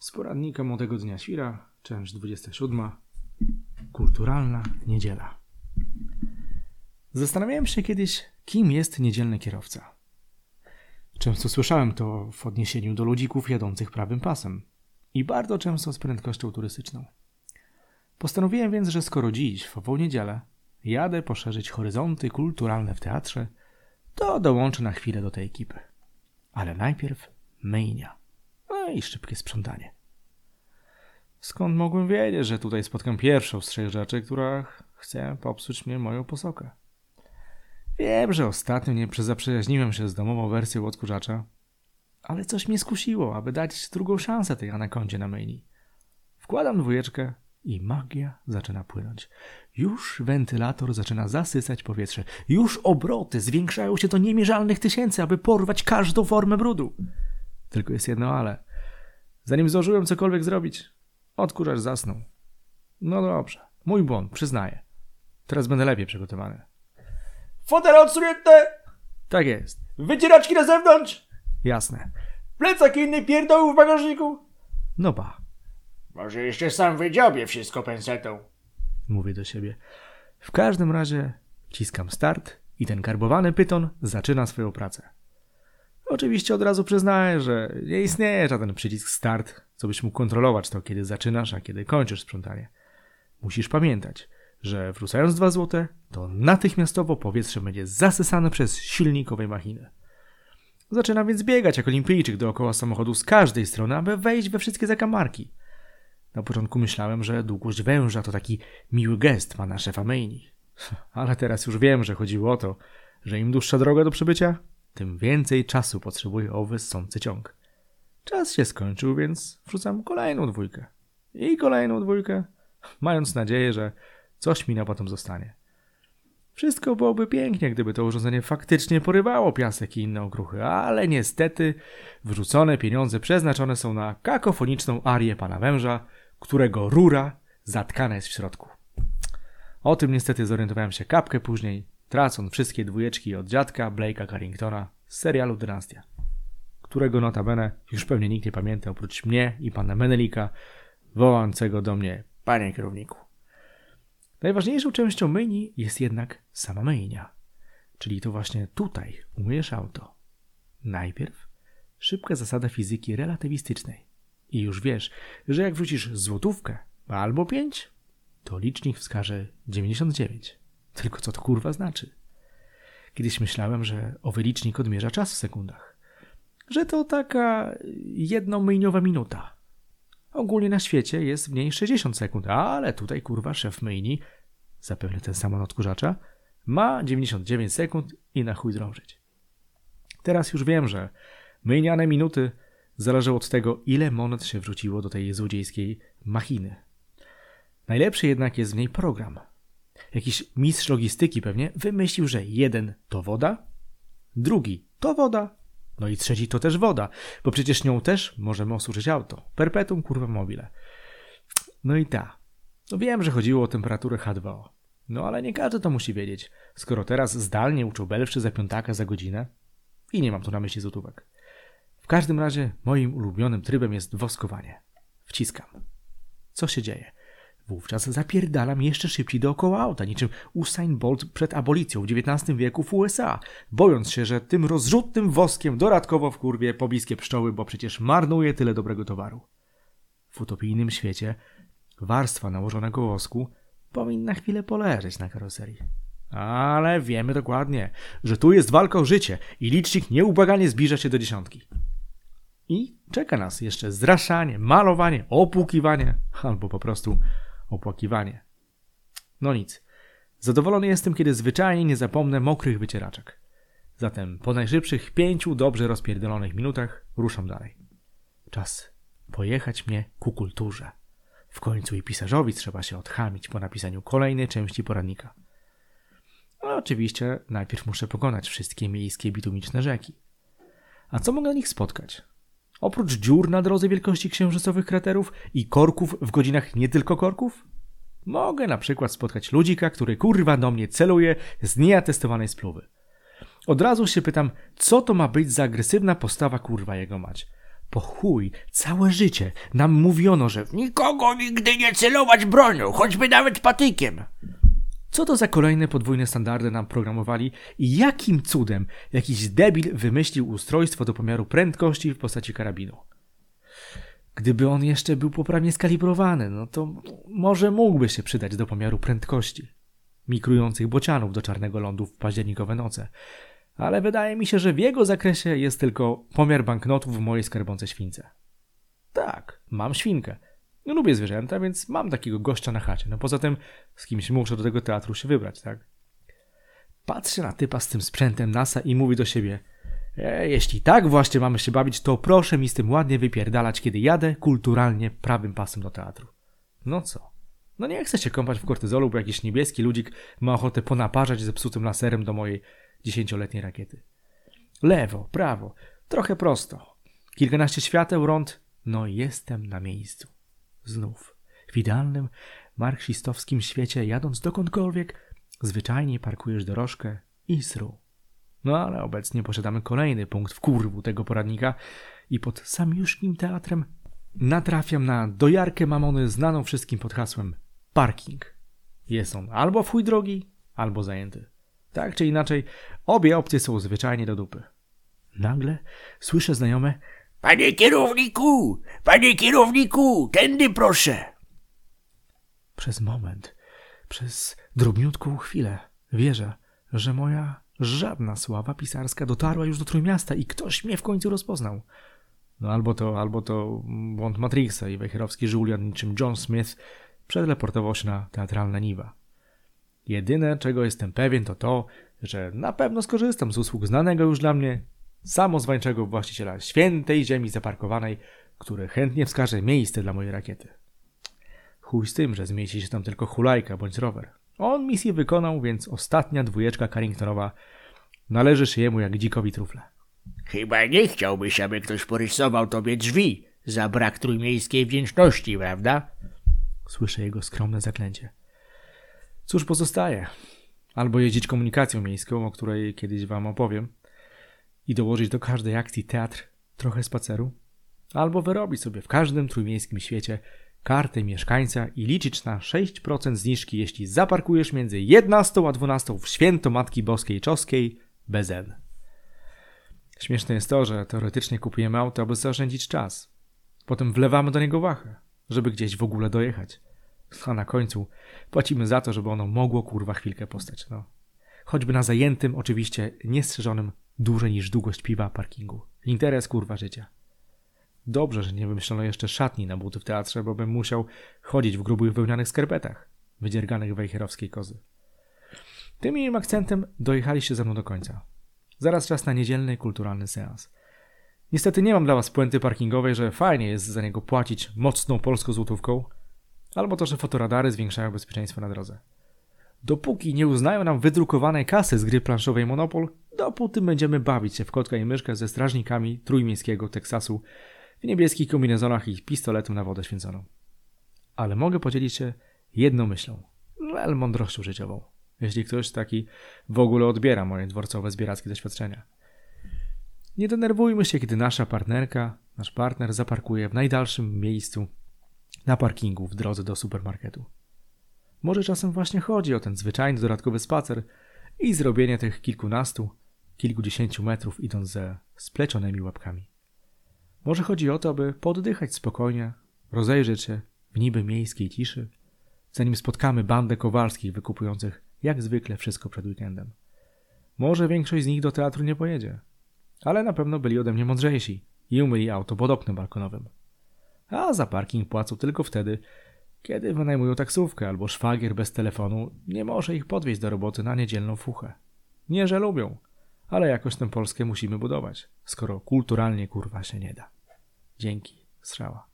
Z poradnika Młodego Dnia Świra, część 27. Kulturalna niedziela. Zastanawiałem się kiedyś, kim jest niedzielny kierowca. Często słyszałem to w odniesieniu do ludzików jadących prawym pasem i bardzo często z prędkością turystyczną. Postanowiłem więc, że skoro dziś, w ową niedzielę, jadę poszerzyć horyzonty kulturalne w teatrze, to dołączę na chwilę do tej ekipy. Ale najpierw myjnia. No i szybkie sprzątanie. Skąd mogłem wiedzieć, że tutaj spotkam pierwszą z 3 rzeczy, która chce popsuć mnie moją posokę? Wiem, że ostatnio nie zaprzyjaźniłem się z domową wersją odkurzacza, ale coś mnie skusiło, aby dać drugą szansę tej anakondzie na myjni. Wkładam 2 i magia zaczyna płynąć. Już wentylator zaczyna zasysać powietrze. Już obroty zwiększają się do niemierzalnych tysięcy, aby porwać każdą formę brudu. Tylko jest jedno ale. Zanim zdążyłem cokolwiek zrobić, odkurzacz zasnął. No dobrze, mój błąd, przyznaję. Teraz będę lepiej przygotowany. Fotele odsunięte! Tak jest. Wycieraczki na zewnątrz! Jasne. Plecak i inny pierdoły w bagażniku! No ba. Może jeszcze sam wydziobię wszystko pensetą. Mówię do siebie. W każdym razie wciskam start i ten karbowany pyton zaczyna swoją pracę. Oczywiście od razu przyznaję, że nie istnieje żaden przycisk start, co byś mógł kontrolować to, kiedy zaczynasz, a kiedy kończysz sprzątanie. Musisz pamiętać, że wrzucając 2 złote, to natychmiastowo powietrze będzie zasysane przez silnik owej machiny. Zaczynam więc biegać jak olimpijczyk dookoła samochodu z każdej strony, aby wejść we wszystkie zakamarki. Na początku myślałem, że długość węża to taki miły gest pana szefa myjni. Ale teraz już wiem, że chodziło o to, że im dłuższa droga do przybycia, tym więcej czasu potrzebuje owy ssący ciąg. Czas się skończył, więc wrzucam kolejną 2. I kolejną 2, mając nadzieję, że coś mi na potem zostanie. Wszystko byłoby pięknie, gdyby to urządzenie faktycznie porywało piasek i inne okruchy, ale niestety wrzucone pieniądze przeznaczone są na kakofoniczną arię pana węża, którego rura zatkana jest w środku. O tym niestety zorientowałem się kapkę później, tracąc wszystkie 2 od dziadka Blake'a Carringtona z serialu Dynastia, którego notabene już pewnie nikt nie pamięta oprócz mnie i pana Menelika, wołającego do mnie: panie kierowniku. Najważniejszą częścią myjni jest jednak sama myjnia, czyli to właśnie tutaj umyjesz auto. Najpierw szybka zasada fizyki relatywistycznej i już wiesz, że jak wrzucisz złotówkę albo 5, to licznik wskaże 99. Tylko co to kurwa znaczy? Kiedyś myślałem, że owy licznik odmierza czas w sekundach, że to taka jednomyjniowa minuta. Ogólnie na świecie jest w niej 60 sekund, ale tutaj kurwa szef myjni, zapewne ten sam od odkurzacza, ma 99 sekund i na chuj drążyć. Teraz już wiem, że myjniane minuty zależą od tego, ile monet się wrzuciło do tej złodziejskiej machiny. Najlepszy jednak jest w niej program. Jakiś mistrz logistyki pewnie wymyślił, że 1 to woda, 2 to woda, no i 3 to też woda, bo przecież nią też możemy osuszyć auto. Perpetuum curva mobile. No i no wiem, że chodziło o temperaturę H2O. No ale nie każdy to musi wiedzieć, skoro teraz zdalnie uczą belwszy za 5 za godzinę i nie mam tu na myśli złotówek. W każdym razie moim ulubionym trybem jest woskowanie. Wciskam. Co się dzieje? Wówczas zapierdalam jeszcze szybciej dookoła auta, niczym Usain Bolt przed abolicją w XIX wieku w USA, bojąc się, że tym rozrzutnym woskiem dodatkowo wkurwie pobliskie pszczoły, bo przecież marnuje tyle dobrego towaru. W utopijnym świecie warstwa nałożonego wosku powinna chwilę poleżeć na karoserii. Ale wiemy dokładnie, że tu jest walka o życie i licznik nieubłaganie zbliża się do 10. I czeka nas jeszcze zraszanie, malowanie, opłukiwanie albo po prostu opłakiwanie. No nic. Zadowolony jestem, kiedy zwyczajnie nie zapomnę mokrych wycieraczek. Zatem po najszybszych 5 dobrze rozpierdolonych minutach ruszam dalej. Czas pojechać mnie ku kulturze. W końcu i pisarzowi trzeba się odchamić po napisaniu kolejnej części poradnika. Ale oczywiście najpierw muszę pokonać wszystkie miejskie bitumiczne rzeki. A co mogę na nich spotkać? Oprócz dziur na drodze wielkości księżycowych kraterów i korków w godzinach nie tylko korków? Mogę na przykład spotkać ludzika, który kurwa do mnie celuje z nieatestowanej spluwy. Od razu się pytam, co to ma być za agresywna postawa kurwa jego mać. Po chuj, całe życie nam mówiono, że Nikogo nigdy nie celować bronią, choćby nawet patykiem. co to za kolejne podwójne standardy nam programowali i jakim cudem jakiś debil wymyślił ustrojstwo do pomiaru prędkości w postaci karabinu. Gdyby on jeszcze był poprawnie skalibrowany, no to może mógłby się przydać do pomiaru prędkości migrujących bocianów do czarnego lądu w październikowe noce. Ale wydaje mi się, że w jego zakresie jest tylko pomiar banknotów w mojej skarbonce śwince. Tak, mam świnkę. No, lubię zwierzęta, więc mam takiego gościa na chacie. No poza tym z kimś muszę do tego teatru się wybrać, tak? Patrzę na typa z tym sprzętem NASA i mówi do siebie: jeśli tak właśnie mamy się bawić, to proszę mi z tym ładnie wypierdalać, kiedy jadę kulturalnie prawym pasem do teatru. No co? No nie chcę się kąpać w kortyzolu, bo jakiś niebieski ludzik ma ochotę ponaparzać zepsutym laserem do mojej 10-letniej rakiety. Lewo, prawo, trochę prosto. Kilkanaście świateł, rond, no i jestem na miejscu. Znów, w idealnym marksistowskim świecie, jadąc dokądkolwiek, zwyczajnie parkujesz dorożkę i sru. No ale obecnie posiadamy kolejny punkt w kurwu tego poradnika i pod samiuszkim teatrem natrafiam na dojarkę mamony znaną wszystkim pod hasłem parking. Jest on albo w chuj drogi, albo zajęty. Tak czy inaczej, obie opcje są zwyczajnie do dupy. Nagle słyszę znajome: Panie kierowniku, tędy proszę. Przez moment, przez drobniutką chwilę wierzę, że moja żadna sława pisarska dotarła już do Trójmiasta i ktoś mnie w końcu rozpoznał. No albo to błąd Matrixa i wejherowski Julian niczym John Smith przeteleportował się na teatralne niwa. Jedyne, czego jestem pewien, to to, że na pewno skorzystam z usług znanego już dla mnie samozwańczego właściciela świętej ziemi zaparkowanej, który chętnie wskaże miejsce dla mojej rakiety. Chuj z tym, że zmieści się tam tylko hulajka bądź rower. On misję wykonał, więc ostatnia dwójeczka Carringtonowa należy się jemu jak dzikowi trufle. Chyba nie chciałbyś, aby ktoś porysował tobie drzwi za brak trójmiejskiej wdzięczności, prawda? Słyszę jego skromne zaklęcie. Cóż pozostaje? Albo jeździć komunikacją miejską, o której kiedyś wam opowiem, i dołożyć do każdej akcji teatr trochę spaceru, albo wyrobić sobie w każdym trójmiejskim świecie kartę mieszkańca i liczyć na 6% zniżki, jeśli zaparkujesz między 11 a 12 w święto Matki Boskiej Czoskiej bez N. Śmieszne jest to, że teoretycznie kupujemy auto, aby zaoszczędzić czas. Potem wlewamy do niego wachę, żeby gdzieś w ogóle dojechać. A na końcu płacimy za to, żeby ono mogło kurwa chwilkę postać. No. Choćby na zajętym, oczywiście niestrzeżonym dłużej niż długość piwa parkingu. Interes kurwa życia. Dobrze, że nie wymyślono jeszcze szatni na buty w teatrze, bo bym musiał chodzić w grubych wełnianych skarpetach, wydzierganych wejherowskiej kozy. Tym innym akcentem dojechaliście ze mną do końca. Zaraz czas na niedzielny kulturalny seans. Niestety nie mam dla was puenty parkingowej, że fajnie jest za niego płacić mocną polską złotówką, albo to, że fotoradary zwiększają bezpieczeństwo na drodze. Dopóki nie uznają nam wydrukowanej kasy z gry planszowej Monopol, dopóty będziemy bawić się w kotka i myszkę ze strażnikami trójmiejskiego Teksasu w niebieskich kombinezonach i pistoletem na wodę święconą. Ale mogę podzielić się jedną myślą, mądrością życiową, jeśli ktoś taki w ogóle odbiera moje dworcowe zbierackie doświadczenia. Nie denerwujmy się, kiedy nasza partnerka, nasz partner zaparkuje w najdalszym miejscu na parkingu w drodze do supermarketu. Może czasem właśnie chodzi o ten zwyczajny dodatkowy spacer i zrobienie tych kilkunastu, kilkudziesięciu metrów idąc ze splecionymi łapkami. Może chodzi o to, aby poddychać spokojnie, rozejrzeć się w niby miejskiej ciszy, zanim spotkamy bandę Kowalskich wykupujących jak zwykle wszystko przed weekendem. Może większość z nich do teatru nie pojedzie, ale na pewno byli ode mnie mądrzejsi i umyli auto pod oknem balkonowym. A za parking płacą tylko wtedy, kiedy wynajmują taksówkę albo szwagier bez telefonu nie może ich podwieźć do roboty na niedzielną fuchę. Nie, że lubią, ale jakoś tę Polskę musimy budować, skoro kulturalnie kurwa się nie da. Dzięki, strzała.